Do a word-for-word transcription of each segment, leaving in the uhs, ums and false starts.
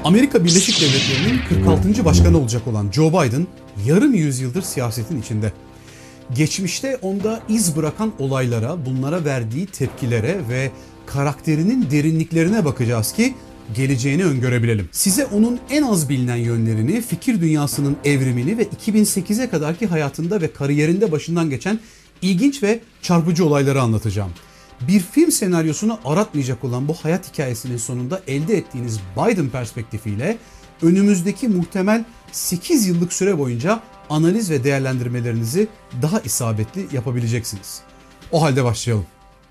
Amerika Birleşik Devletleri'nin kırk altıncı başkanı olacak olan Joe Biden yarım yüzyıldır siyasetin içinde. Geçmişte onda iz bırakan olaylara, bunlara verdiği tepkilere ve karakterinin derinliklerine bakacağız ki geleceğini öngörebilelim. Size onun en az bilinen yönlerini, fikir dünyasının evrimini ve iki bin sekize kadarki hayatında ve kariyerinde başından geçen ilginç ve çarpıcı olayları anlatacağım. Bir film senaryosunu aratmayacak olan bu hayat hikayesinin sonunda elde ettiğiniz Biden perspektifiyle önümüzdeki muhtemel sekiz yıllık süre boyunca analiz ve değerlendirmelerinizi daha isabetli yapabileceksiniz. O halde başlayalım.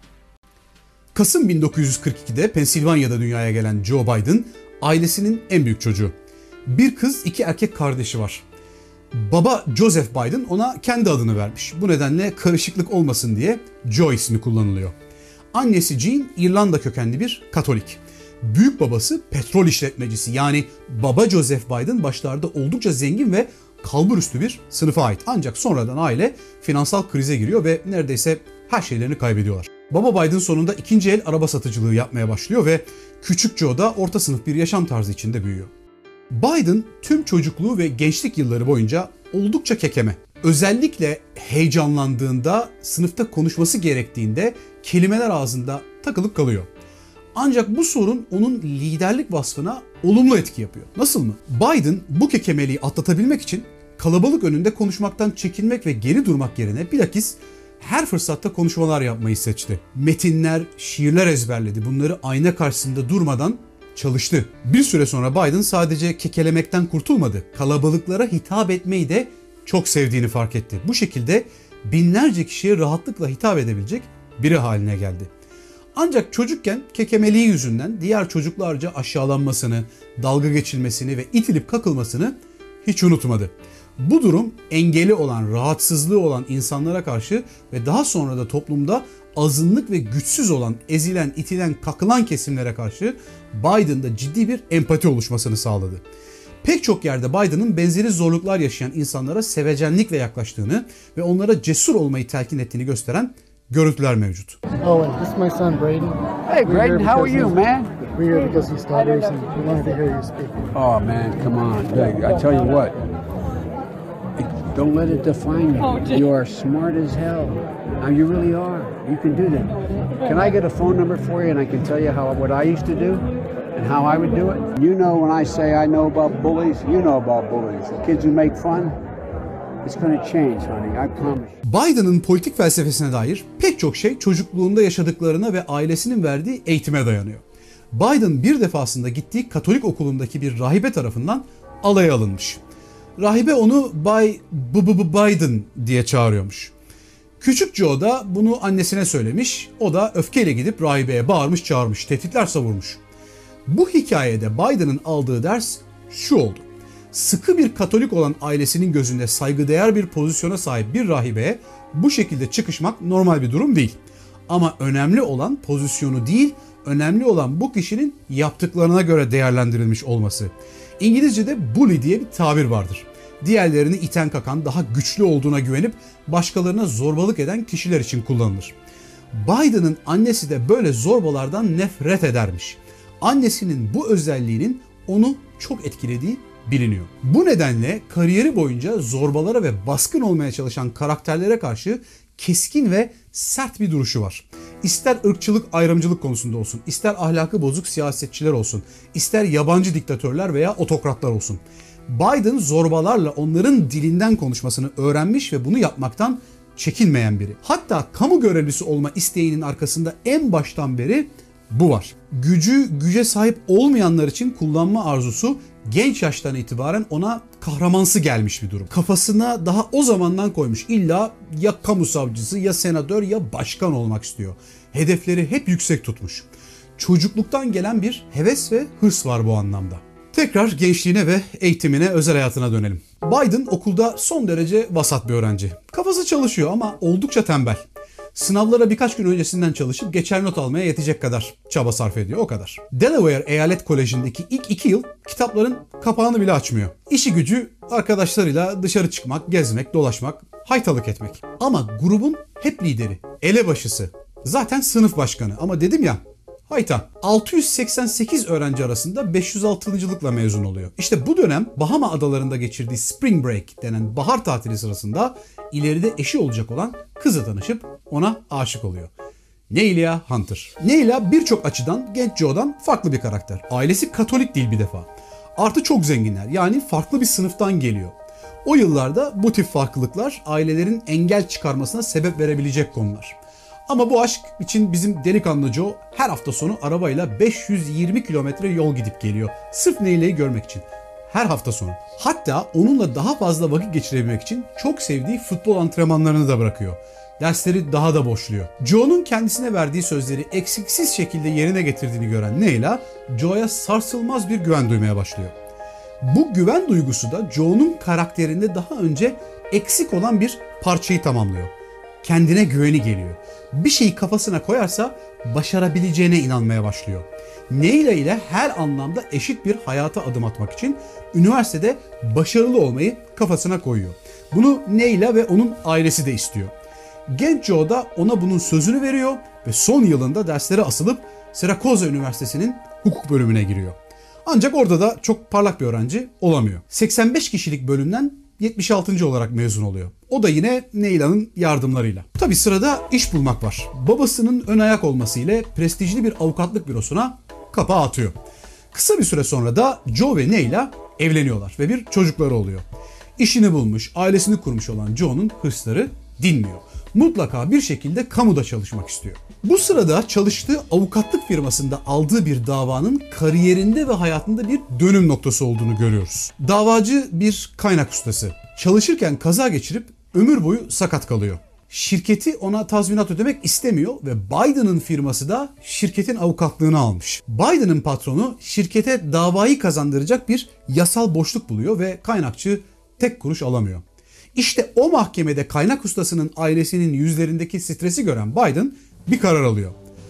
Kasım bin dokuz yüz kırk ikide Pensilvanya'da dünyaya gelen Joe Biden, ailesinin en büyük çocuğu. Bir kız, iki erkek kardeşi var. Baba Joseph Biden ona kendi adını vermiş. Bu nedenle karışıklık olmasın diye Joe ismi kullanılıyor. Annesi Jean, İrlanda kökenli bir Katolik. Büyük babası petrol işletmecisi, yani baba Joseph Biden başlarda oldukça zengin ve kalburüstü bir sınıfa ait. Ancak sonradan aile finansal krize giriyor ve neredeyse her şeylerini kaybediyorlar. Baba Biden sonunda ikinci el araba satıcılığı yapmaya başlıyor ve küçük Joe da orta sınıf bir yaşam tarzı içinde büyüyor. Biden tüm çocukluğu ve gençlik yılları boyunca oldukça kekeme. Özellikle heyecanlandığında, sınıfta konuşması gerektiğinde kelimeler ağzında takılıp kalıyor. Ancak bu sorun onun liderlik vasfına olumlu etki yapıyor. Nasıl mı? Biden bu kekemeliği atlatabilmek için kalabalık önünde konuşmaktan çekinmek ve geri durmak yerine bilakis her fırsatta konuşmalar yapmayı seçti. Metinler, şiirler ezberledi. Bunları ayna karşısında durmadan çalıştı. Bir süre sonra Biden sadece kekelemekten kurtulmadı. Kalabalıklara hitap etmeyi de çok sevdiğini fark etti. Bu şekilde binlerce kişiye rahatlıkla hitap edebilecek biri haline geldi. Ancak çocukken kekemeliği yüzünden diğer çocuklarca aşağılanmasını, dalga geçilmesini ve itilip kakılmasını hiç unutmadı. Bu durum engeli olan, rahatsızlığı olan insanlara karşı ve daha sonra da toplumda azınlık ve güçsüz olan, ezilen, itilen, kakılan kesimlere karşı Biden'da ciddi bir empati oluşmasını sağladı. Pek çok yerde Biden'ın benzeri zorluklar yaşayan insanlara sevecenlikle yaklaştığını ve onlara cesur olmayı telkin ettiğini gösteren görüntüler mevcut. Oh, and this is my son Braden. Hey, Braden, how are you, man? We're here because he stutters and we wanted to hear you speak. Oh, man, come on. I tell you what, don't let it define you. You are smart as hell. Now, you really are. You can do that. Can I get a phone number for you and I can tell you how what I used to do and how I would do it? You know when I say I know about bullies, you know about bullies. The kids who make fun. It's gonna change, honey. I promise. Biden'ın politik felsefesine dair pek çok şey çocukluğunda yaşadıklarına ve ailesinin verdiği eğitime dayanıyor. Biden bir defasında gittiği Katolik okulundaki bir rahibe tarafından alaya alınmış. Rahibe onu Bay Biden diye çağırıyormuş. Küçük Joe da bunu annesine söylemiş. O da öfkeyle gidip rahibeye bağırmış, çağırmış, tehditler savurmuş. Bu hikayede Biden'ın aldığı ders şu oldu. Sıkı bir Katolik olan ailesinin gözünde saygıdeğer bir pozisyona sahip bir rahibeye bu şekilde çıkışmak normal bir durum değil. Ama önemli olan pozisyonu değil, önemli olan bu kişinin yaptıklarına göre değerlendirilmiş olması. İngilizce'de bully diye bir tabir vardır. Diğerlerini iten kakan, daha güçlü olduğuna güvenip başkalarına zorbalık eden kişiler için kullanılır. Biden'ın annesi de böyle zorbalardan nefret edermiş. Annesinin bu özelliğinin onu çok etkilediği biliniyor. Bu nedenle kariyeri boyunca zorbalara ve baskın olmaya çalışan karakterlere karşı keskin ve sert bir duruşu var. İster ırkçılık, ayrımcılık konusunda olsun, ister ahlakı bozuk siyasetçiler olsun, ister yabancı diktatörler veya otokratlar olsun. Biden zorbalarla onların dilinden konuşmasını öğrenmiş ve bunu yapmaktan çekinmeyen biri. Hatta kamu görevlisi olma isteğinin arkasında en baştan beri bu var. Gücü, güce sahip olmayanlar için kullanma arzusu genç yaştan itibaren ona kahramansı gelmiş bir durum. Kafasına daha o zamandan koymuş. İlla ya kamu savcısı, ya senatör, ya başkan olmak istiyor. Hedefleri hep yüksek tutmuş. Çocukluktan gelen bir heves ve hırs var bu anlamda. Tekrar gençliğine ve eğitimine, özel hayatına dönelim. Biden okulda son derece vasat bir öğrenci. Kafası çalışıyor ama oldukça tembel. Sınavlara birkaç gün öncesinden çalışıp geçer not almaya yetecek kadar çaba sarf ediyor, o kadar. Delaware Eyalet Koleji'ndeki ilk iki yıl kitapların kapağını bile açmıyor. İşi gücü arkadaşlarıyla dışarı çıkmak, gezmek, dolaşmak, haytalık etmek. Ama grubun hep lideri, elebaşısı, zaten sınıf başkanı. Ama dedim ya, Hayta altı yüz seksen sekiz öğrenci arasında beş yüz altıncılıkla mezun oluyor. İşte bu dönem Bahama adalarında geçirdiği Spring Break denen bahar tatili sırasında ileride eşi olacak olan kızla tanışıp ona aşık oluyor. Neila Hunter. Neila birçok açıdan genç Joe'dan farklı bir karakter. Ailesi Katolik değil bir defa. Artı çok zenginler, yani farklı bir sınıftan geliyor. O yıllarda bu tip farklılıklar ailelerin engel çıkarmasına sebep verebilecek konular. Ama bu aşk için bizim delikanlı Joe her hafta sonu arabayla beş yüz yirmi kilometre yol gidip geliyor. Sırf Neila'yı görmek için. Her hafta sonu. Hatta onunla daha fazla vakit geçirebilmek için çok sevdiği futbol antrenmanlarını da bırakıyor. Dersleri daha da boşluyor. Joe'nun kendisine verdiği sözleri eksiksiz şekilde yerine getirdiğini gören Neila, Joe'ya sarsılmaz bir güven duymaya başlıyor. Bu güven duygusu da Joe'nun karakterinde daha önce eksik olan bir parçayı tamamlıyor. Kendine güveni geliyor. Bir şeyi kafasına koyarsa başarabileceğine inanmaya başlıyor. Neila ile her anlamda eşit bir hayata adım atmak için üniversitede başarılı olmayı kafasına koyuyor. Bunu Neila ve onun ailesi de istiyor. Genç Joe da ona bunun sözünü veriyor ve son yılında derslere asılıp Syracuse Üniversitesi'nin hukuk bölümüne giriyor. Ancak orada da çok parlak bir öğrenci olamıyor. seksen beş kişilik bölümden yetmiş altıncı olarak mezun oluyor. O da yine Neila'nın yardımlarıyla. Tabi sırada iş bulmak var. Babasının ön ayak olması ile prestijli bir avukatlık bürosuna kapağı atıyor. Kısa bir süre sonra da Joe ve Neila evleniyorlar ve bir çocukları oluyor. İşini bulmuş, ailesini kurmuş olan Joe'nun hırsları dinmiyor. Mutlaka bir şekilde kamuda çalışmak istiyor. Bu sırada çalıştığı avukatlık firmasında aldığı bir davanın kariyerinde ve hayatında bir dönüm noktası olduğunu görüyoruz. Davacı bir kaynak ustası. Çalışırken kaza geçirip ömür boyu sakat kalıyor. Şirketi ona tazminat ödemek istemiyor ve Biden'ın firması da şirketin avukatlığını almış. Biden'ın patronu şirkete davayı kazandıracak bir yasal boşluk buluyor ve kaynakçı tek kuruş alamıyor. İşte o mahkemede kaynak ustasının ailesinin yüzlerindeki stresi gören Biden bir karar alıyor.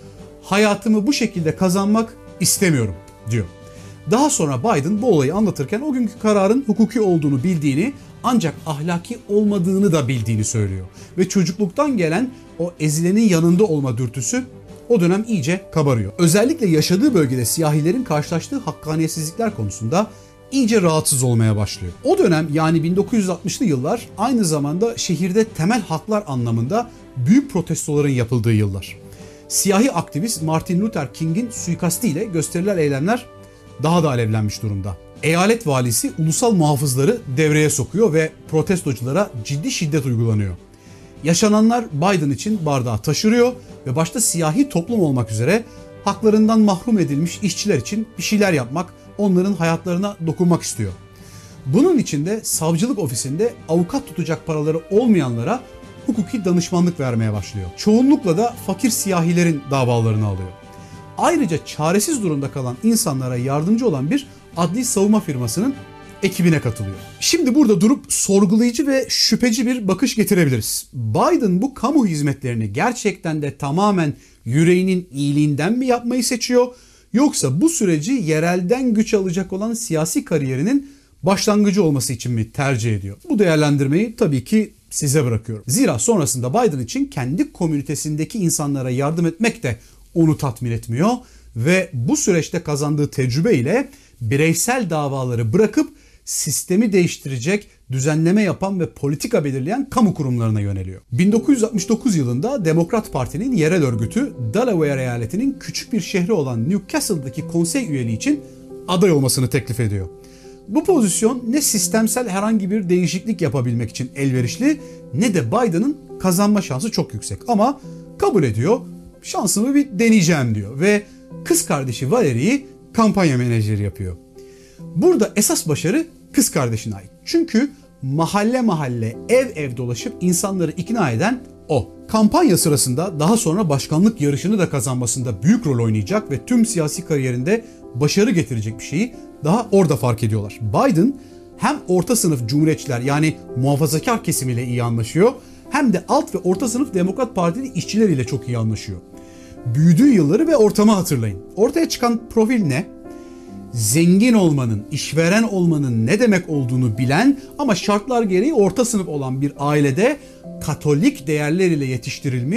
Hayatımı bu şekilde kazanmak istemiyorum diyor. Daha sonra Biden bu olayı anlatırken o günkü kararın hukuki olduğunu bildiğini ancak ahlaki olmadığını da bildiğini söylüyor. Ve çocukluktan gelen o ezilenin yanında olma dürtüsü o dönem iyice kabarıyor. Özellikle yaşadığı bölgede siyahilerin karşılaştığı hakkaniyetsizlikler konusunda iyice rahatsız olmaya başlıyor. O dönem, yani bin dokuz yüz altmışlı yıllar aynı zamanda şehirde temel haklar anlamında büyük protestoların yapıldığı yıllar. Siyahi aktivist Martin Luther King'in suikastiyle gösterilen eylemler daha da alevlenmiş durumda. Eyalet valisi ulusal muhafızları devreye sokuyor ve protestoculara ciddi şiddet uygulanıyor. Yaşananlar Biden için bardağı taşırıyor ve başta siyahi toplum olmak üzere haklarından mahrum edilmiş işçiler için bir şeyler yapmak, onların hayatlarına dokunmak istiyor. Bunun için de savcılık ofisinde avukat tutacak paraları olmayanlara hukuki danışmanlık vermeye başlıyor. Çoğunlukla da fakir siyahilerin davalarını alıyor. Ayrıca çaresiz durumda kalan insanlara yardımcı olan bir adli savunma firmasının ekibine katılıyor. Şimdi burada durup sorgulayıcı ve şüpheci bir bakış getirebiliriz. Biden bu kamu hizmetlerini gerçekten de tamamen yüreğinin iyiliğinden mi yapmayı seçiyor? Yoksa bu süreci yerelden güç alacak olan siyasi kariyerinin başlangıcı olması için mi tercih ediyor? Bu değerlendirmeyi tabii ki size bırakıyorum. Zira sonrasında Biden için kendi komünitesindeki insanlara yardım etmek de onu tatmin etmiyor ve bu süreçte kazandığı tecrübe ile bireysel davaları bırakıp sistemi değiştirecek, düzenleme yapan ve politika belirleyen kamu kurumlarına yöneliyor. bin dokuz yüz altmış dokuz yılında Demokrat Parti'nin yerel örgütü Delaware eyaletinin küçük bir şehri olan Newcastle'daki konsey üyeliği için aday olmasını teklif ediyor. Bu pozisyon ne sistemsel herhangi bir değişiklik yapabilmek için elverişli ne de Biden'ın kazanma şansı çok yüksek, ama kabul ediyor, şansımı bir deneyeceğim diyor ve kız kardeşi Valerie'yi kampanya menajeri yapıyor. Burada esas başarı kız kardeşine ait. Çünkü mahalle mahalle, ev ev dolaşıp insanları ikna eden o. Kampanya sırasında daha sonra başkanlık yarışını da kazanmasında büyük rol oynayacak ve tüm siyasi kariyerinde başarı getirecek bir şeyi daha orada fark ediyorlar. Biden hem orta sınıf cumhuriyetçiler, yani muhafazakar kesimiyle iyi anlaşıyor, hem de alt ve orta sınıf Demokrat Partili işçileriyle çok iyi anlaşıyor. Büyüdüğü yılları ve ortamı hatırlayın. Ortaya çıkan profil ne? Zengin olmanın, işveren olmanın ne demek olduğunu bilen ama şartlar gereği orta sınıf olan bir ailede Katolik değerleriyle yetiştirilmiş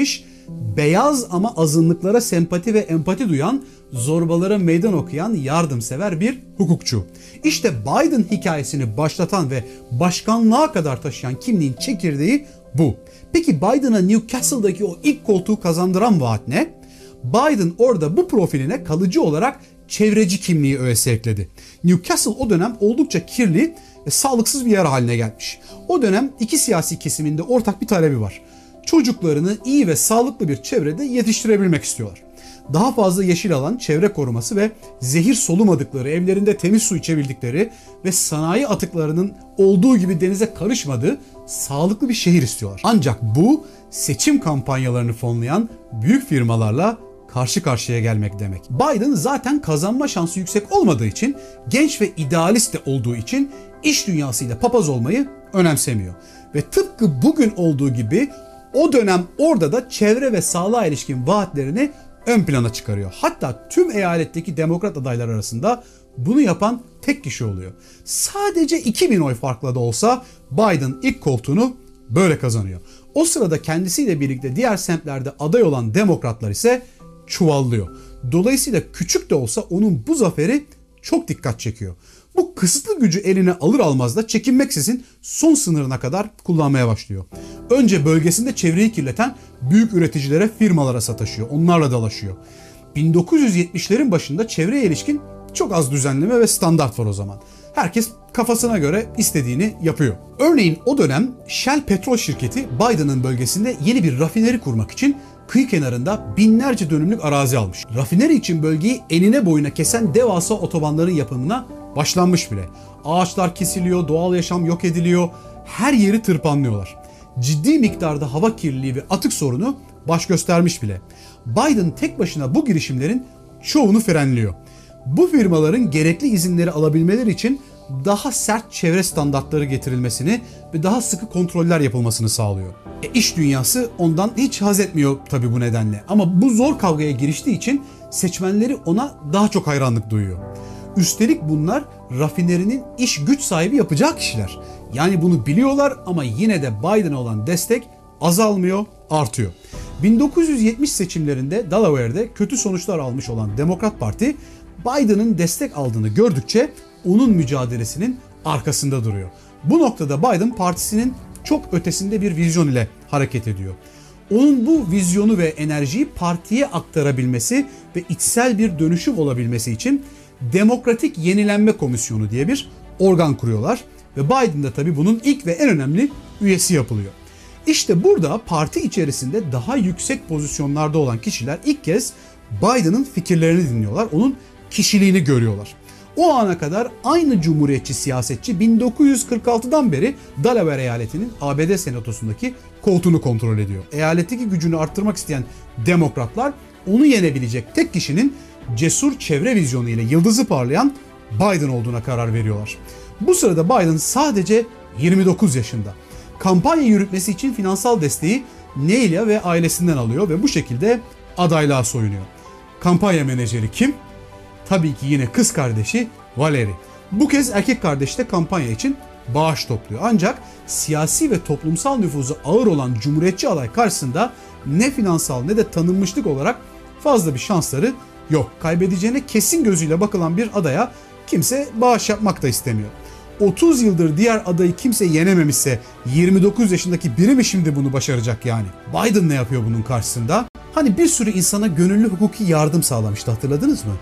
beyaz ama azınlıklara sempati ve empati duyan, zorbalara meydan okuyan yardımsever bir hukukçu. İşte Biden hikayesini başlatan ve başkanlığa kadar taşıyan kimliğin çekirdeği bu. Peki Biden'a Newcastle'daki o ilk koltuğu kazandıran vaat ne? Biden orada bu profiline kalıcı olarak çevreci kimliği öğesi ekledi. Newcastle o dönem oldukça kirli ve sağlıksız bir yer haline gelmiş. O dönem iki siyasi kesiminde ortak bir talebi var. Çocuklarını iyi ve sağlıklı bir çevrede yetiştirebilmek istiyorlar. Daha fazla yeşil alan, çevre koruması ve zehir solumadıkları, evlerinde temiz su içebildikleri ve sanayi atıklarının olduğu gibi denize karışmadığı sağlıklı bir şehir istiyorlar. Ancak bu seçim kampanyalarını fonlayan büyük firmalarla karşı karşıya gelmek demek. Biden zaten kazanma şansı yüksek olmadığı için, genç ve idealist de olduğu için iş dünyasıyla papaz olmayı önemsemiyor. Ve tıpkı bugün olduğu gibi o dönem orada da çevre ve sağlığa ilişkin vaatlerini ön plana çıkarıyor. Hatta tüm eyaletteki demokrat adaylar arasında bunu yapan tek kişi oluyor. Sadece iki bin oy farkla da olsa Biden ilk koltuğunu böyle kazanıyor. O sırada kendisiyle birlikte diğer semtlerde aday olan demokratlar ise çuvallıyor. Dolayısıyla küçük de olsa onun bu zaferi çok dikkat çekiyor. Bu kısıtlı gücü eline alır almaz da çekinmeksizin son sınırına kadar kullanmaya başlıyor. Önce bölgesinde çevreyi kirleten büyük üreticilere, firmalara sataşıyor. Onlarla dalaşıyor. bin dokuz yüz yetmişlerin başında çevreye ilişkin çok az düzenleme ve standart var o zaman. Herkes kafasına göre istediğini yapıyor. Örneğin o dönem Shell petrol şirketi Biden'ın bölgesinde yeni bir rafineri kurmak için kıyı kenarında binlerce dönümlük arazi almış. Rafineri için bölgeyi enine boyuna kesen devasa otobanların yapımına başlanmış bile. Ağaçlar kesiliyor, doğal yaşam yok ediliyor, her yeri tırpanlıyorlar. Ciddi miktarda hava kirliliği ve atık sorunu baş göstermiş bile. Biden tek başına bu girişimlerin çoğunu frenliyor. Bu firmaların gerekli izinleri alabilmeleri için daha sert çevre standartları getirilmesini ve daha sıkı kontroller yapılmasını sağlıyor. E, iş dünyası ondan hiç haz etmiyor tabii bu nedenle. Ama bu zor kavgaya giriştiği için seçmenleri ona daha çok hayranlık duyuyor. Üstelik bunlar rafinerinin iş güç sahibi yapacağı kişiler. Yani bunu biliyorlar ama yine de Biden'a olan destek azalmıyor, artıyor. bin dokuz yüz yetmiş seçimlerinde Delaware'de kötü sonuçlar almış olan Demokrat Parti, Biden'ın destek aldığını gördükçe onun mücadelesinin arkasında duruyor. Bu noktada Biden partisinin çok ötesinde bir vizyon ile hareket ediyor. Onun bu vizyonu ve enerjiyi partiye aktarabilmesi ve içsel bir dönüşüm olabilmesi için Demokratik Yenilenme Komisyonu diye bir organ kuruyorlar ve Biden de tabii bunun ilk ve en önemli üyesi yapılıyor. İşte burada parti içerisinde daha yüksek pozisyonlarda olan kişiler ilk kez Biden'ın fikirlerini dinliyorlar, onun kişiliğini görüyorlar. O ana kadar aynı cumhuriyetçi siyasetçi bin dokuz yüz kırk altıdan beri Delaware eyaletinin A B D senatosundaki koltuğunu kontrol ediyor. Eyaletteki gücünü arttırmak isteyen demokratlar onu yenebilecek tek kişinin cesur çevre vizyonu ile yıldızı parlayan Biden olduğuna karar veriyorlar. Bu sırada Biden sadece yirmi dokuz yaşında. Kampanya yürütmesi için finansal desteği Nelia ve ailesinden alıyor ve bu şekilde adaylığa soyunuyor. Kampanya menajeri kim? Tabii ki yine kız kardeşi Valerie. Bu kez erkek kardeş de kampanya için bağış topluyor. Ancak siyasi ve toplumsal nüfuzu ağır olan cumhuriyetçi aday karşısında ne finansal ne de tanınmışlık olarak fazla bir şansları yok. Kaybedeceğine kesin gözüyle bakılan bir adaya kimse bağış yapmak da istemiyor. otuz yıldır diğer adayı kimse yenememişse yirmi dokuz yaşındaki biri mi şimdi bunu başaracak yani? Biden ne yapıyor bunun karşısında? Hani bir sürü insana gönüllü hukuki yardım sağlamıştı, hatırladınız mı?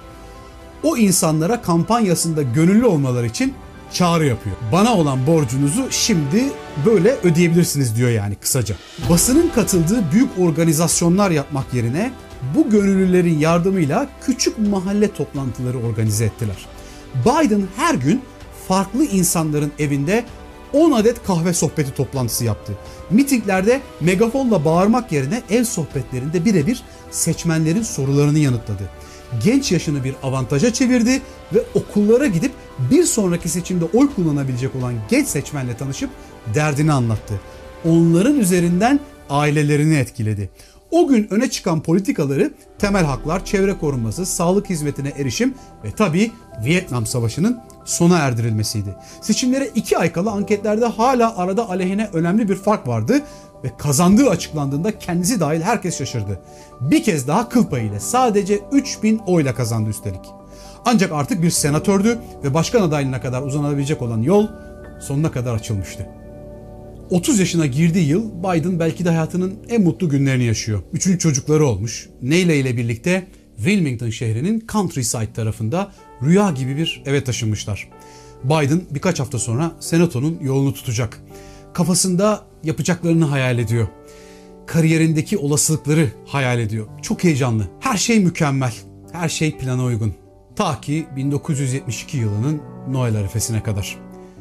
O insanlara kampanyasında gönüllü olmaları için çağrı yapıyor. Bana olan borcunuzu şimdi böyle ödeyebilirsiniz diyor yani kısaca. Basının katıldığı büyük organizasyonlar yapmak yerine bu gönüllülerin yardımıyla küçük mahalle toplantıları organize ettiler. Biden her gün farklı insanların evinde on adet kahve sohbeti toplantısı yaptı. Mitinglerde megafonla bağırmak yerine ev sohbetlerinde birebir seçmenlerin sorularını yanıtladı. Genç yaşını bir avantaja çevirdi ve okullara gidip bir sonraki seçimde oy kullanabilecek olan genç seçmenle tanışıp derdini anlattı. Onların üzerinden ailelerini etkiledi. O gün öne çıkan politikaları temel haklar, çevre korunması, sağlık hizmetine erişim ve tabii Vietnam Savaşı'nın sona erdirilmesiydi. Seçimlere iki ay kala anketlerde hala arada aleyhine önemli bir fark vardı ve kazandığı açıklandığında kendisi dahil herkes şaşırdı. Bir kez daha kıl payıyla sadece üç bin oyla kazandı üstelik. Ancak artık bir senatördü ve başkan adaylığına kadar uzanabilecek olan yol sonuna kadar açılmıştı. otuz yaşına girdiği yıl Biden belki de hayatının en mutlu günlerini yaşıyor. Üçüncü çocukları olmuş. Neyle ile birlikte Wilmington şehrinin Countryside tarafında rüya gibi bir eve taşınmışlar. Biden birkaç hafta sonra senatonun yolunu tutacak. Kafasında yapacaklarını hayal ediyor. Kariyerindeki olasılıkları hayal ediyor. Çok heyecanlı. Her şey mükemmel. Her şey plana uygun. Ta ki bin dokuz yüz yetmiş iki yılının Noel arifesine kadar.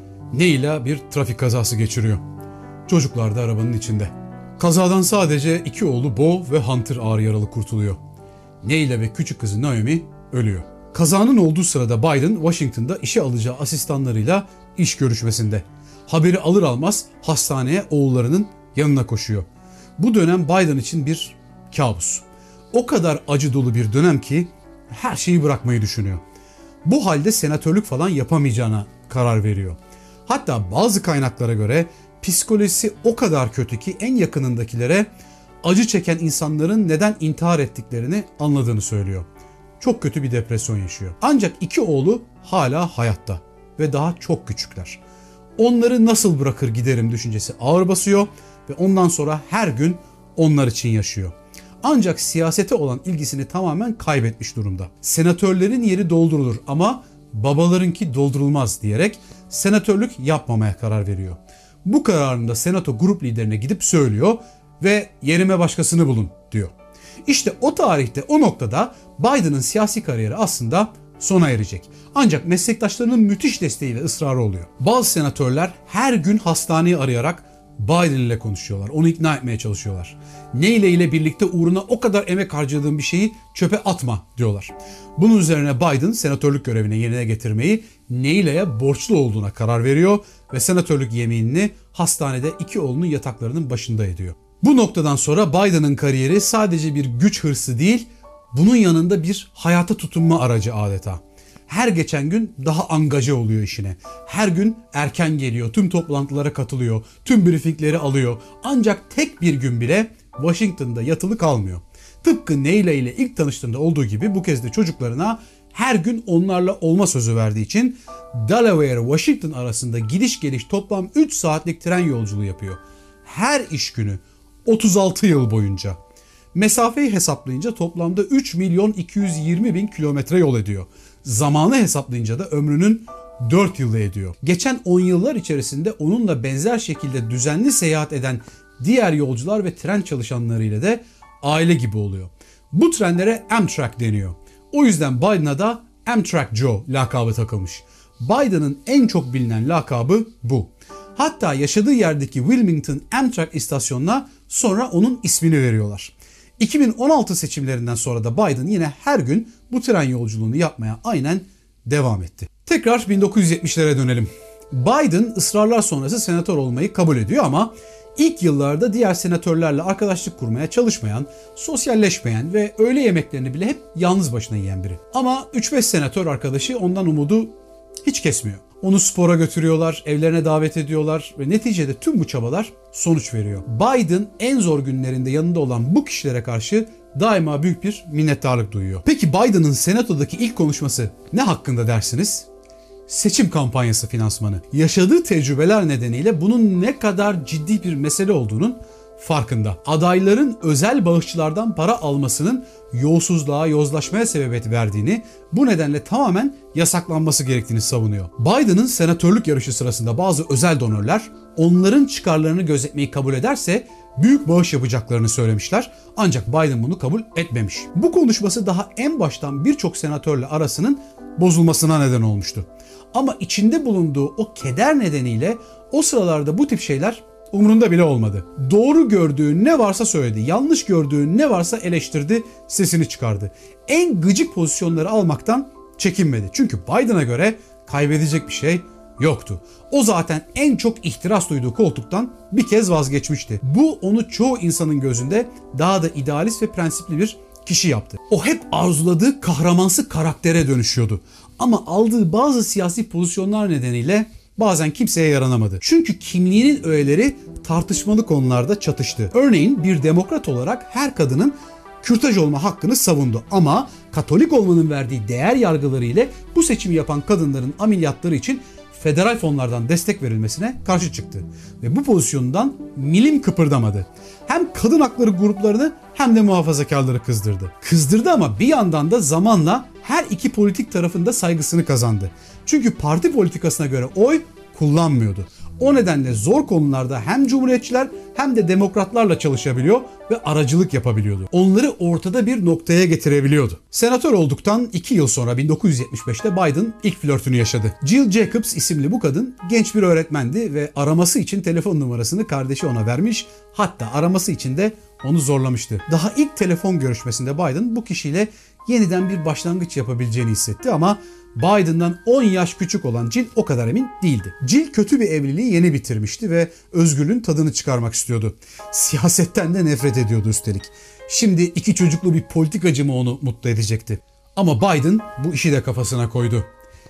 Neil'a bir trafik kazası geçiriyor. Çocuklar da arabanın içinde. Kazadan sadece iki oğlu Bo ve Hunter ağır yaralı kurtuluyor. Neil'a ve küçük kızı Naomi ölüyor. Kazanın olduğu sırada Biden Washington'da işe alacağı asistanlarıyla iş görüşmesinde. Haberi alır almaz hastaneye oğullarının yanına koşuyor. Bu dönem Biden için bir kabus. O kadar acı dolu bir dönem ki her şeyi bırakmayı düşünüyor. Bu halde senatörlük falan yapamayacağına karar veriyor. Hatta bazı kaynaklara göre psikolojisi o kadar kötü ki en yakınındakilere acı çeken insanların neden intihar ettiklerini anladığını söylüyor. Çok kötü bir depresyon yaşıyor. Ancak iki oğlu hala hayatta ve daha çok küçükler. Onları nasıl bırakır giderim düşüncesi ağır basıyor ve ondan sonra her gün onlar için yaşıyor. Ancak siyasete olan ilgisini tamamen kaybetmiş durumda. Senatörlerin yeri doldurulur ama babalarınki doldurulmaz diyerek senatörlük yapmamaya karar veriyor. Bu kararında senato grup liderine gidip söylüyor ve yerime başkasını bulun diyor. İşte o tarihte, o noktada Biden'ın siyasi kariyeri aslında sona erecek. Ancak meslektaşlarının müthiş desteği ve ısrarı oluyor. Bazı senatörler her gün hastaneyi arayarak Biden ile konuşuyorlar. Onu ikna etmeye çalışıyorlar. Neil ile birlikte uğruna o kadar emek harcadığın bir şeyi çöpe atma diyorlar. Bunun üzerine Biden senatörlük görevini yerine getirmeyi Neil'e borçlu olduğuna karar veriyor ve senatörlük yeminini hastanede iki oğlunun yataklarının başında ediyor. Bu noktadan sonra Biden'ın kariyeri sadece bir güç hırsı değil, bunun yanında bir hayata tutunma aracı adeta. Her geçen gün daha angaje oluyor işine. Her gün erken geliyor, tüm toplantılara katılıyor, tüm briefingleri alıyor. Ancak tek bir gün bile Washington'da yatılı kalmıyor. Tıpkı Neil ile ilk tanıştığında olduğu gibi bu kez de çocuklarına her gün onlarla olma sözü verdiği için Delaware-Washington arasında gidiş geliş toplam üç saatlik tren yolculuğu yapıyor. Her iş günü otuz altı yıl boyunca. Mesafeyi hesaplayınca toplamda üç milyon iki yüz yirmi bin kilometre yol ediyor. Zamanı hesaplayınca da ömrünün dört yılı ediyor. Geçen on yıllar içerisinde onunla benzer şekilde düzenli seyahat eden diğer yolcular ve tren çalışanlarıyla da aile gibi oluyor. Bu trenlere Amtrak deniyor. O yüzden Biden'a da Amtrak Joe lakabı takılmış. Biden'ın en çok bilinen lakabı bu. Hatta yaşadığı yerdeki Wilmington Amtrak istasyonuna sonra onun ismini veriyorlar. iki bin on altı seçimlerinden sonra da Biden yine her gün bu tren yolculuğunu yapmaya aynen devam etti. Tekrar bin dokuz yüz yetmişlere dönelim. Biden ısrarlar sonrası senatör olmayı kabul ediyor ama ilk yıllarda diğer senatörlerle arkadaşlık kurmaya çalışmayan, sosyalleşmeyen ve öğle yemeklerini bile hep yalnız başına yiyen biri. Ama üç beş senatör arkadaşı ondan umudu hiç kesmiyor. Onu spora götürüyorlar, evlerine davet ediyorlar ve neticede tüm bu çabalar sonuç veriyor. Biden en zor günlerinde yanında olan bu kişilere karşı daima büyük bir minnettarlık duyuyor. Peki Biden'ın senatodaki ilk konuşması ne hakkında dersiniz? Seçim kampanyası finansmanı. Yaşadığı tecrübeler nedeniyle bunun ne kadar ciddi bir mesele olduğunun farkında. Adayların özel bağışçılardan para almasının yolsuzluğa, yozlaşmaya sebebiyet verdiğini, bu nedenle tamamen yasaklanması gerektiğini savunuyor. Biden'ın senatörlük yarışı sırasında bazı özel donörler onların çıkarlarını gözetmeyi kabul ederse büyük bağış yapacaklarını söylemişler. Ancak Biden bunu kabul etmemiş. Bu konuşması daha en baştan birçok senatörle arasının bozulmasına neden olmuştu. Ama içinde bulunduğu o keder nedeniyle o sıralarda bu tip şeyler umurunda bile olmadı. Doğru gördüğü ne varsa söyledi, yanlış gördüğü ne varsa eleştirdi, sesini çıkardı. En gıcık pozisyonları almaktan çekinmedi. Çünkü Biden'a göre kaybedecek bir şey yoktu. O zaten en çok ihtiras duyduğu koltuktan bir kez vazgeçmişti. Bu onu çoğu insanın gözünde daha da idealist ve prensipli bir kişi yaptı. O hep arzuladığı kahramansı karaktere dönüşüyordu. Ama aldığı bazı siyasi pozisyonlar nedeniyle bazen kimseye yaranamadı. Çünkü kimliğinin öğeleri tartışmalı konularda çatıştı. Örneğin bir demokrat olarak her kadının kürtaj olma hakkını savundu ama Katolik olmanın verdiği değer yargıları ile bu seçimi yapan kadınların ameliyatları için federal fonlardan destek verilmesine karşı çıktı. Ve bu pozisyonundan milim kıpırdamadı. Hem kadın hakları gruplarını hem de muhafazakarları kızdırdı. Kızdırdı ama bir yandan da zamanla her iki politik tarafın da saygısını kazandı. Çünkü parti politikasına göre oy kullanmıyordu. O nedenle zor konularda hem cumhuriyetçiler hem de demokratlarla çalışabiliyor ve aracılık yapabiliyordu. Onları ortada bir noktaya getirebiliyordu. Senatör olduktan iki yıl sonra bin dokuz yüz yetmiş beşte Biden ilk flörtünü yaşadı. Jill Jacobs isimli bu kadın genç bir öğretmendi ve araması için telefon numarasını kardeşi ona vermiş, hatta araması için de onu zorlamıştı. Daha ilk telefon görüşmesinde Biden bu kişiyle yeniden bir başlangıç yapabileceğini hissetti ama Biden'dan on yaş küçük olan Jill o kadar emin değildi. Jill kötü bir evliliği yeni bitirmişti ve özgürlüğün tadını çıkarmak istiyordu. Siyasetten de nefret ediyordu üstelik. Şimdi iki çocuklu bir politikacı mı onu mutlu edecekti? Ama Biden bu işi de kafasına koydu.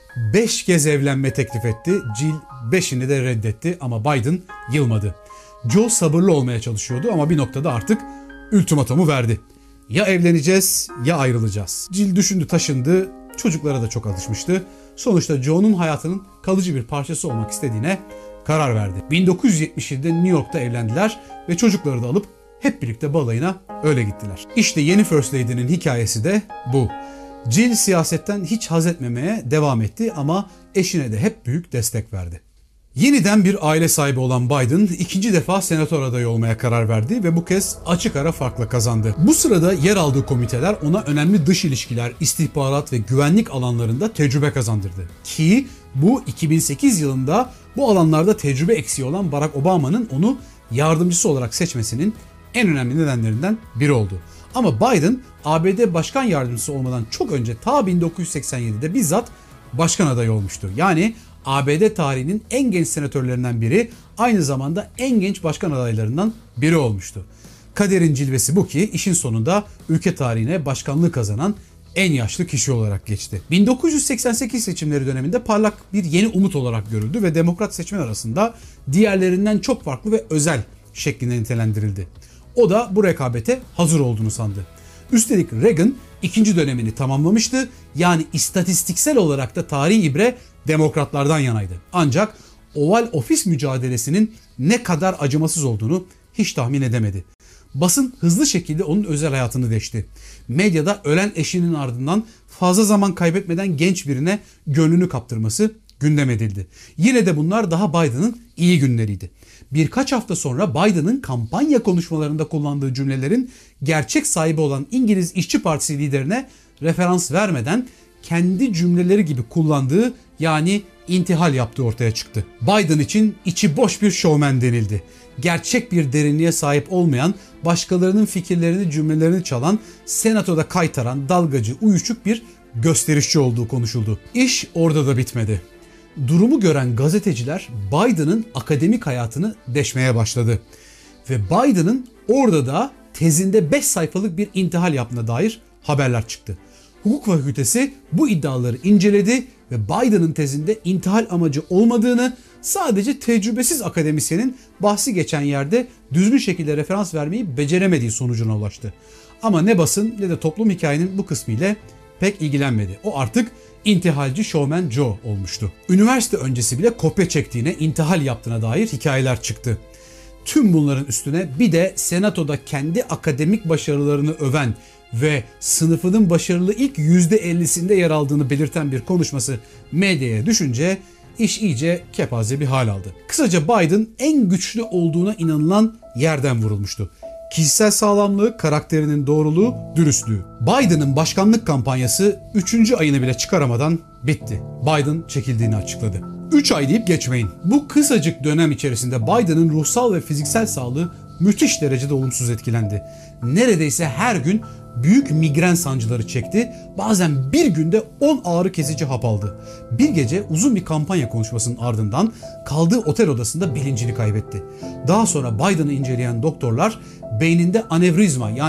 Beş kez evlenme teklif etti. Jill beşini de reddetti ama Biden yılmadı. Joe sabırlı olmaya çalışıyordu ama bir noktada artık ultimatomu verdi. Ya evleneceğiz ya ayrılacağız. Jill düşündü taşındı. Çocuklara da çok alışmıştı. Sonuçta Joe'nun hayatının kalıcı bir parçası olmak istediğine karar verdi. bin dokuz yüz yetmiş yedide New York'ta evlendiler ve çocukları da alıp hep birlikte balayına öyle gittiler. İşte yeni First Lady'nin hikayesi de bu. Jill siyasetten hiç haz etmemeye devam etti ama eşine de hep büyük destek verdi. Yeniden bir aile sahibi olan Biden ikinci defa senatör adayı olmaya karar verdi ve bu kez açık ara farkla kazandı. Bu sırada yer aldığı komiteler ona önemli dış ilişkiler, istihbarat ve güvenlik alanlarında tecrübe kazandırdı. Ki bu iki bin sekiz yılında bu alanlarda tecrübe eksiği olan Barack Obama'nın onu yardımcısı olarak seçmesinin en önemli nedenlerinden biri oldu. Ama Biden A B D başkan yardımcısı olmadan çok önce ta bin dokuz yüz seksen yedide bizzat başkan adayı olmuştu. Yani A B D tarihinin en genç senatörlerinden biri, aynı zamanda en genç başkan adaylarından biri olmuştu. Kaderin cilvesi bu ki işin sonunda ülke tarihine başkanlığı kazanan en yaşlı kişi olarak geçti. bin dokuz yüz seksen sekiz seçimleri döneminde parlak bir yeni umut olarak görüldü ve demokrat seçmen arasında diğerlerinden çok farklı ve özel şeklinde nitelendirildi. O da bu rekabete hazır olduğunu sandı. Üstelik Reagan ikinci dönemini tamamlamıştı. Yani istatistiksel olarak da tarihi ibre demokratlardan yanaydı. Ancak Oval Ofis mücadelesinin ne kadar acımasız olduğunu hiç tahmin edemedi. Basın hızlı şekilde onun özel hayatını deşti. Medyada ölen eşinin ardından fazla zaman kaybetmeden genç birine gönlünü kaptırması gündem edildi. Yine de bunlar daha Biden'ın iyi günleriydi. Birkaç hafta sonra Biden'ın kampanya konuşmalarında kullandığı cümlelerin gerçek sahibi olan İngiliz İşçi Partisi liderine referans vermeden kendi cümleleri gibi kullandığı, yani intihal yaptığı ortaya çıktı. Biden için içi boş bir şovmen denildi. Gerçek bir derinliğe sahip olmayan, başkalarının fikirlerini, cümlelerini çalan, senatoda kaytaran, dalgacı, uyuşuk bir gösterişçi olduğu konuşuldu. İş orada da bitmedi. Durumu gören gazeteciler Biden'ın akademik hayatını deşmeye başladı. Ve Biden'ın orada da tezinde beş sayfalık bir intihal yaptığına dair haberler çıktı. Hukuk fakültesi bu iddiaları inceledi ve Biden'ın tezinde intihal amacı olmadığını, sadece tecrübesiz akademisyenin bahsi geçen yerde düzgün şekilde referans vermeyi beceremediği sonucuna ulaştı. Ama ne basın ne de toplum hikayenin bu kısmı ile pek ilgilenmedi. O artık intihalci Showman Joe olmuştu. Üniversite öncesi bile kopya çektiğine, intihal yaptığına dair hikayeler çıktı. Tüm bunların üstüne bir de senatoda kendi akademik başarılarını öven ve sınıfının başarılı ilk yüzde ellisinde yer aldığını belirten bir konuşması medyaya düşünce iş iyice kepaze bir hal aldı. Kısaca Biden en güçlü olduğuna inanılan yerden vurulmuştu. Kişisel sağlamlığı, karakterinin doğruluğu, dürüstlüğü. Biden'ın başkanlık kampanyası üçüncü ayını bile çıkaramadan bitti. Biden çekildiğini açıkladı. üç ay deyip geçmeyin. Bu kısacık dönem içerisinde Biden'ın ruhsal ve fiziksel sağlığı müthiş derecede olumsuz etkilendi. Neredeyse her gün büyük migren sancıları çekti. Bazen bir günde on ağrı kesici hap aldı. Bir gece uzun bir kampanya konuşmasının ardından kaldığı otel odasında bilincini kaybetti. Daha sonra Biden'ı inceleyen doktorlar beyninde anevrizma, yani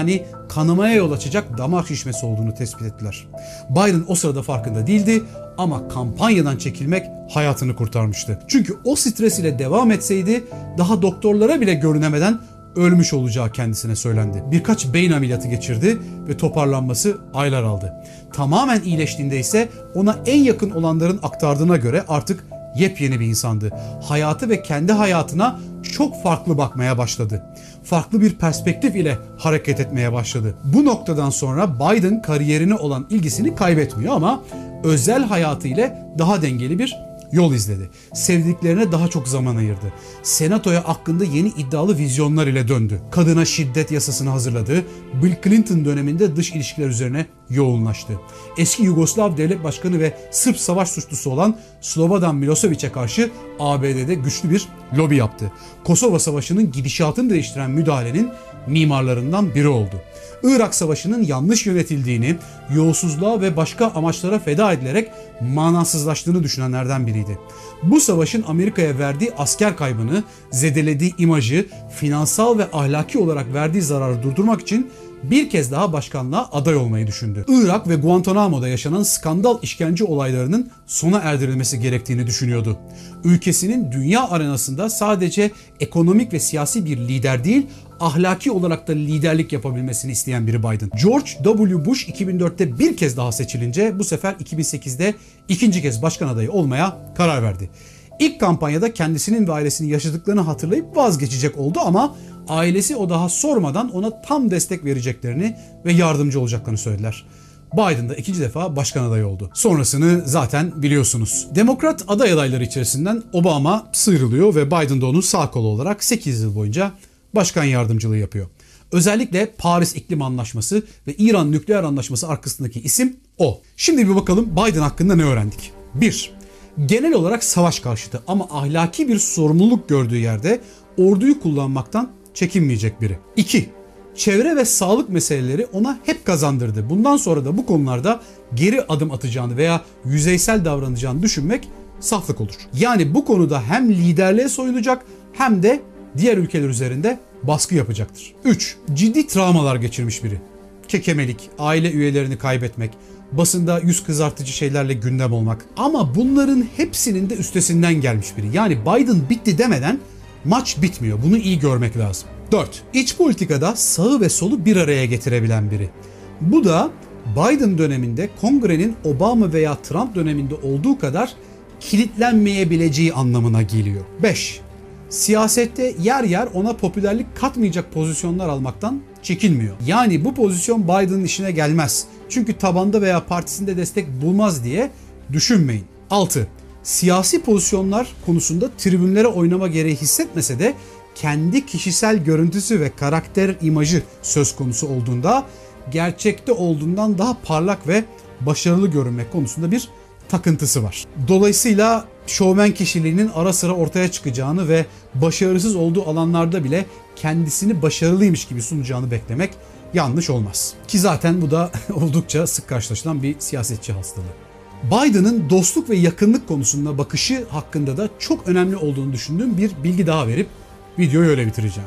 kanamaya yol açacak damar şişmesi olduğunu tespit ettiler. Biden o sırada farkında değildi ama kampanyadan çekilmek hayatını kurtarmıştı. Çünkü o stres ile devam etseydi daha doktorlara bile görünemeden ölmüş olacağı kendisine söylendi. Birkaç beyin ameliyatı geçirdi ve toparlanması aylar aldı. Tamamen iyileştiğinde ise ona en yakın olanların aktardığına göre artık yepyeni bir insandı. Hayatı ve kendi hayatına çok farklı bakmaya başladı. Farklı bir perspektif ile hareket etmeye başladı. Bu noktadan sonra Biden kariyerine olan ilgisini kaybetmiyor ama özel hayatı ile daha dengeli bir yol izledi. Sevdiklerine daha çok zaman ayırdı. Senatoya hakkında yeni iddialı vizyonlar ile döndü. Kadına şiddet yasasını hazırladı. Bill Clinton döneminde dış ilişkiler üzerine yoğunlaştı. Eski Yugoslav devlet başkanı ve Sırp savaş suçlusu olan Slobodan Milosevic'e karşı A B D'de güçlü bir lobi yaptı. Kosova Savaşı'nın gidişatını değiştiren müdahalenin mimarlarından biri oldu. Irak Savaşı'nın yanlış yönetildiğini, yolsuzluğa ve başka amaçlara feda edilerek manasızlaştığını düşünenlerden biriydi. Bu savaşın Amerika'ya verdiği asker kaybını, zedelediği imajı, finansal ve ahlaki olarak verdiği zararı durdurmak için bir kez daha başkanlığa aday olmayı düşündü. Irak ve Guantanamo'da yaşanan skandal işkence olaylarının sona erdirilmesi gerektiğini düşünüyordu. Ülkesinin dünya arenasında sadece ekonomik ve siyasi bir lider değil, ahlaki olarak da liderlik yapabilmesini isteyen biri Biden. George W. Bush iki bin dörtte bir kez daha seçilince bu sefer iki bin sekizde ikinci kez başkan adayı olmaya karar verdi. İlk kampanyada kendisinin ve ailesinin yaşadıklarını hatırlayıp vazgeçecek oldu ama ailesi o daha sormadan ona tam destek vereceklerini ve yardımcı olacaklarını söylediler. Biden da ikinci defa başkan adayı oldu. Sonrasını zaten biliyorsunuz. Demokrat aday adayları içerisinden Obama sıyrılıyor ve Biden de onun sağ kolu olarak sekiz yıl boyunca başkan yardımcılığı yapıyor. Özellikle Paris İklim Anlaşması ve İran Nükleer Anlaşması arkasındaki isim o. Şimdi bir bakalım Biden hakkında ne öğrendik? bir. Genel olarak savaş karşıtı ama ahlaki bir sorumluluk gördüğü yerde orduyu kullanmaktan çekinmeyecek biri. iki. Çevre ve sağlık meseleleri ona hep kazandırdı. Bundan sonra da bu konularda geri adım atacağını veya yüzeysel davranacağını düşünmek saflık olur. Yani bu konuda hem liderliğe soyunacak hem de diğer ülkeler üzerinde baskı yapacaktır. üç. Ciddi travmalar geçirmiş biri. Kekemelik, aile üyelerini kaybetmek, basında yüz kızartıcı şeylerle gündem olmak. Ama bunların hepsinin de üstesinden gelmiş biri. Yani Biden bitti demeden maç bitmiyor. Bunu iyi görmek lazım. dört. İç politikada sağı ve solu bir araya getirebilen biri. Bu da Biden döneminde Kongre'nin Obama veya Trump döneminde olduğu kadar kilitlenmeyebileceği anlamına geliyor. beş. Siyasette yer yer ona popülerlik katmayacak pozisyonlar almaktan çekinmiyor. Yani bu pozisyon Biden'ın işine gelmez. Çünkü tabanda veya partisinde destek bulmaz diye düşünmeyin. altı. Siyasi pozisyonlar konusunda tribünlere oynama gereği hissetmese de kendi kişisel görüntüsü ve karakter imajı söz konusu olduğunda gerçekte olduğundan daha parlak ve başarılı görünmek konusunda bir takıntısı var. Dolayısıyla şovmen kişiliğinin ara sıra ortaya çıkacağını ve başarısız olduğu alanlarda bile kendisini başarılıymış gibi sunacağını beklemek yanlış olmaz. Ki zaten bu da oldukça sık karşılaşılan bir siyasetçi hastalığı. Biden'ın dostluk ve yakınlık konusunda bakışı hakkında da çok önemli olduğunu düşündüğüm bir bilgi daha verip videoyu öyle bitireceğim.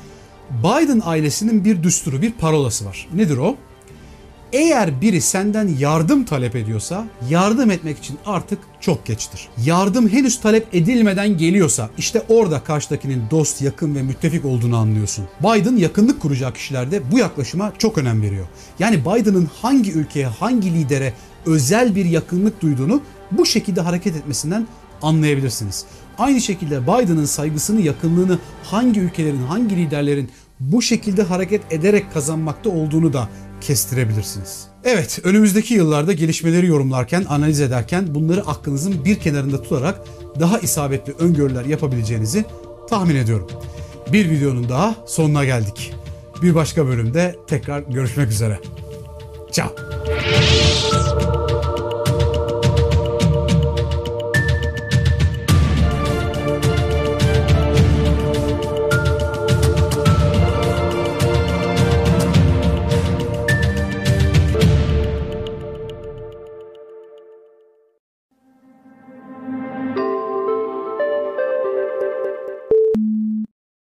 Biden ailesinin bir düsturu, bir parolası var. Nedir o? Eğer biri senden yardım talep ediyorsa yardım etmek için artık çok geçtir. Yardım henüz talep edilmeden geliyorsa işte orada karşıdakinin dost, yakın ve müttefik olduğunu anlıyorsun. Biden yakınlık kuracağı kişilerde bu yaklaşıma çok önem veriyor. Yani Biden'ın hangi ülkeye, hangi lidere özel bir yakınlık duyduğunu bu şekilde hareket etmesinden anlayabilirsiniz. Aynı şekilde Biden'ın saygısını, yakınlığını hangi ülkelerin, hangi liderlerin bu şekilde hareket ederek kazanmakta olduğunu da kestirebilirsiniz. Evet, önümüzdeki yıllarda gelişmeleri yorumlarken, analiz ederken bunları aklınızın bir kenarında tutarak daha isabetli öngörüler yapabileceğinizi tahmin ediyorum. Bir videonun daha sonuna geldik. Bir başka bölümde tekrar görüşmek üzere. Ciao.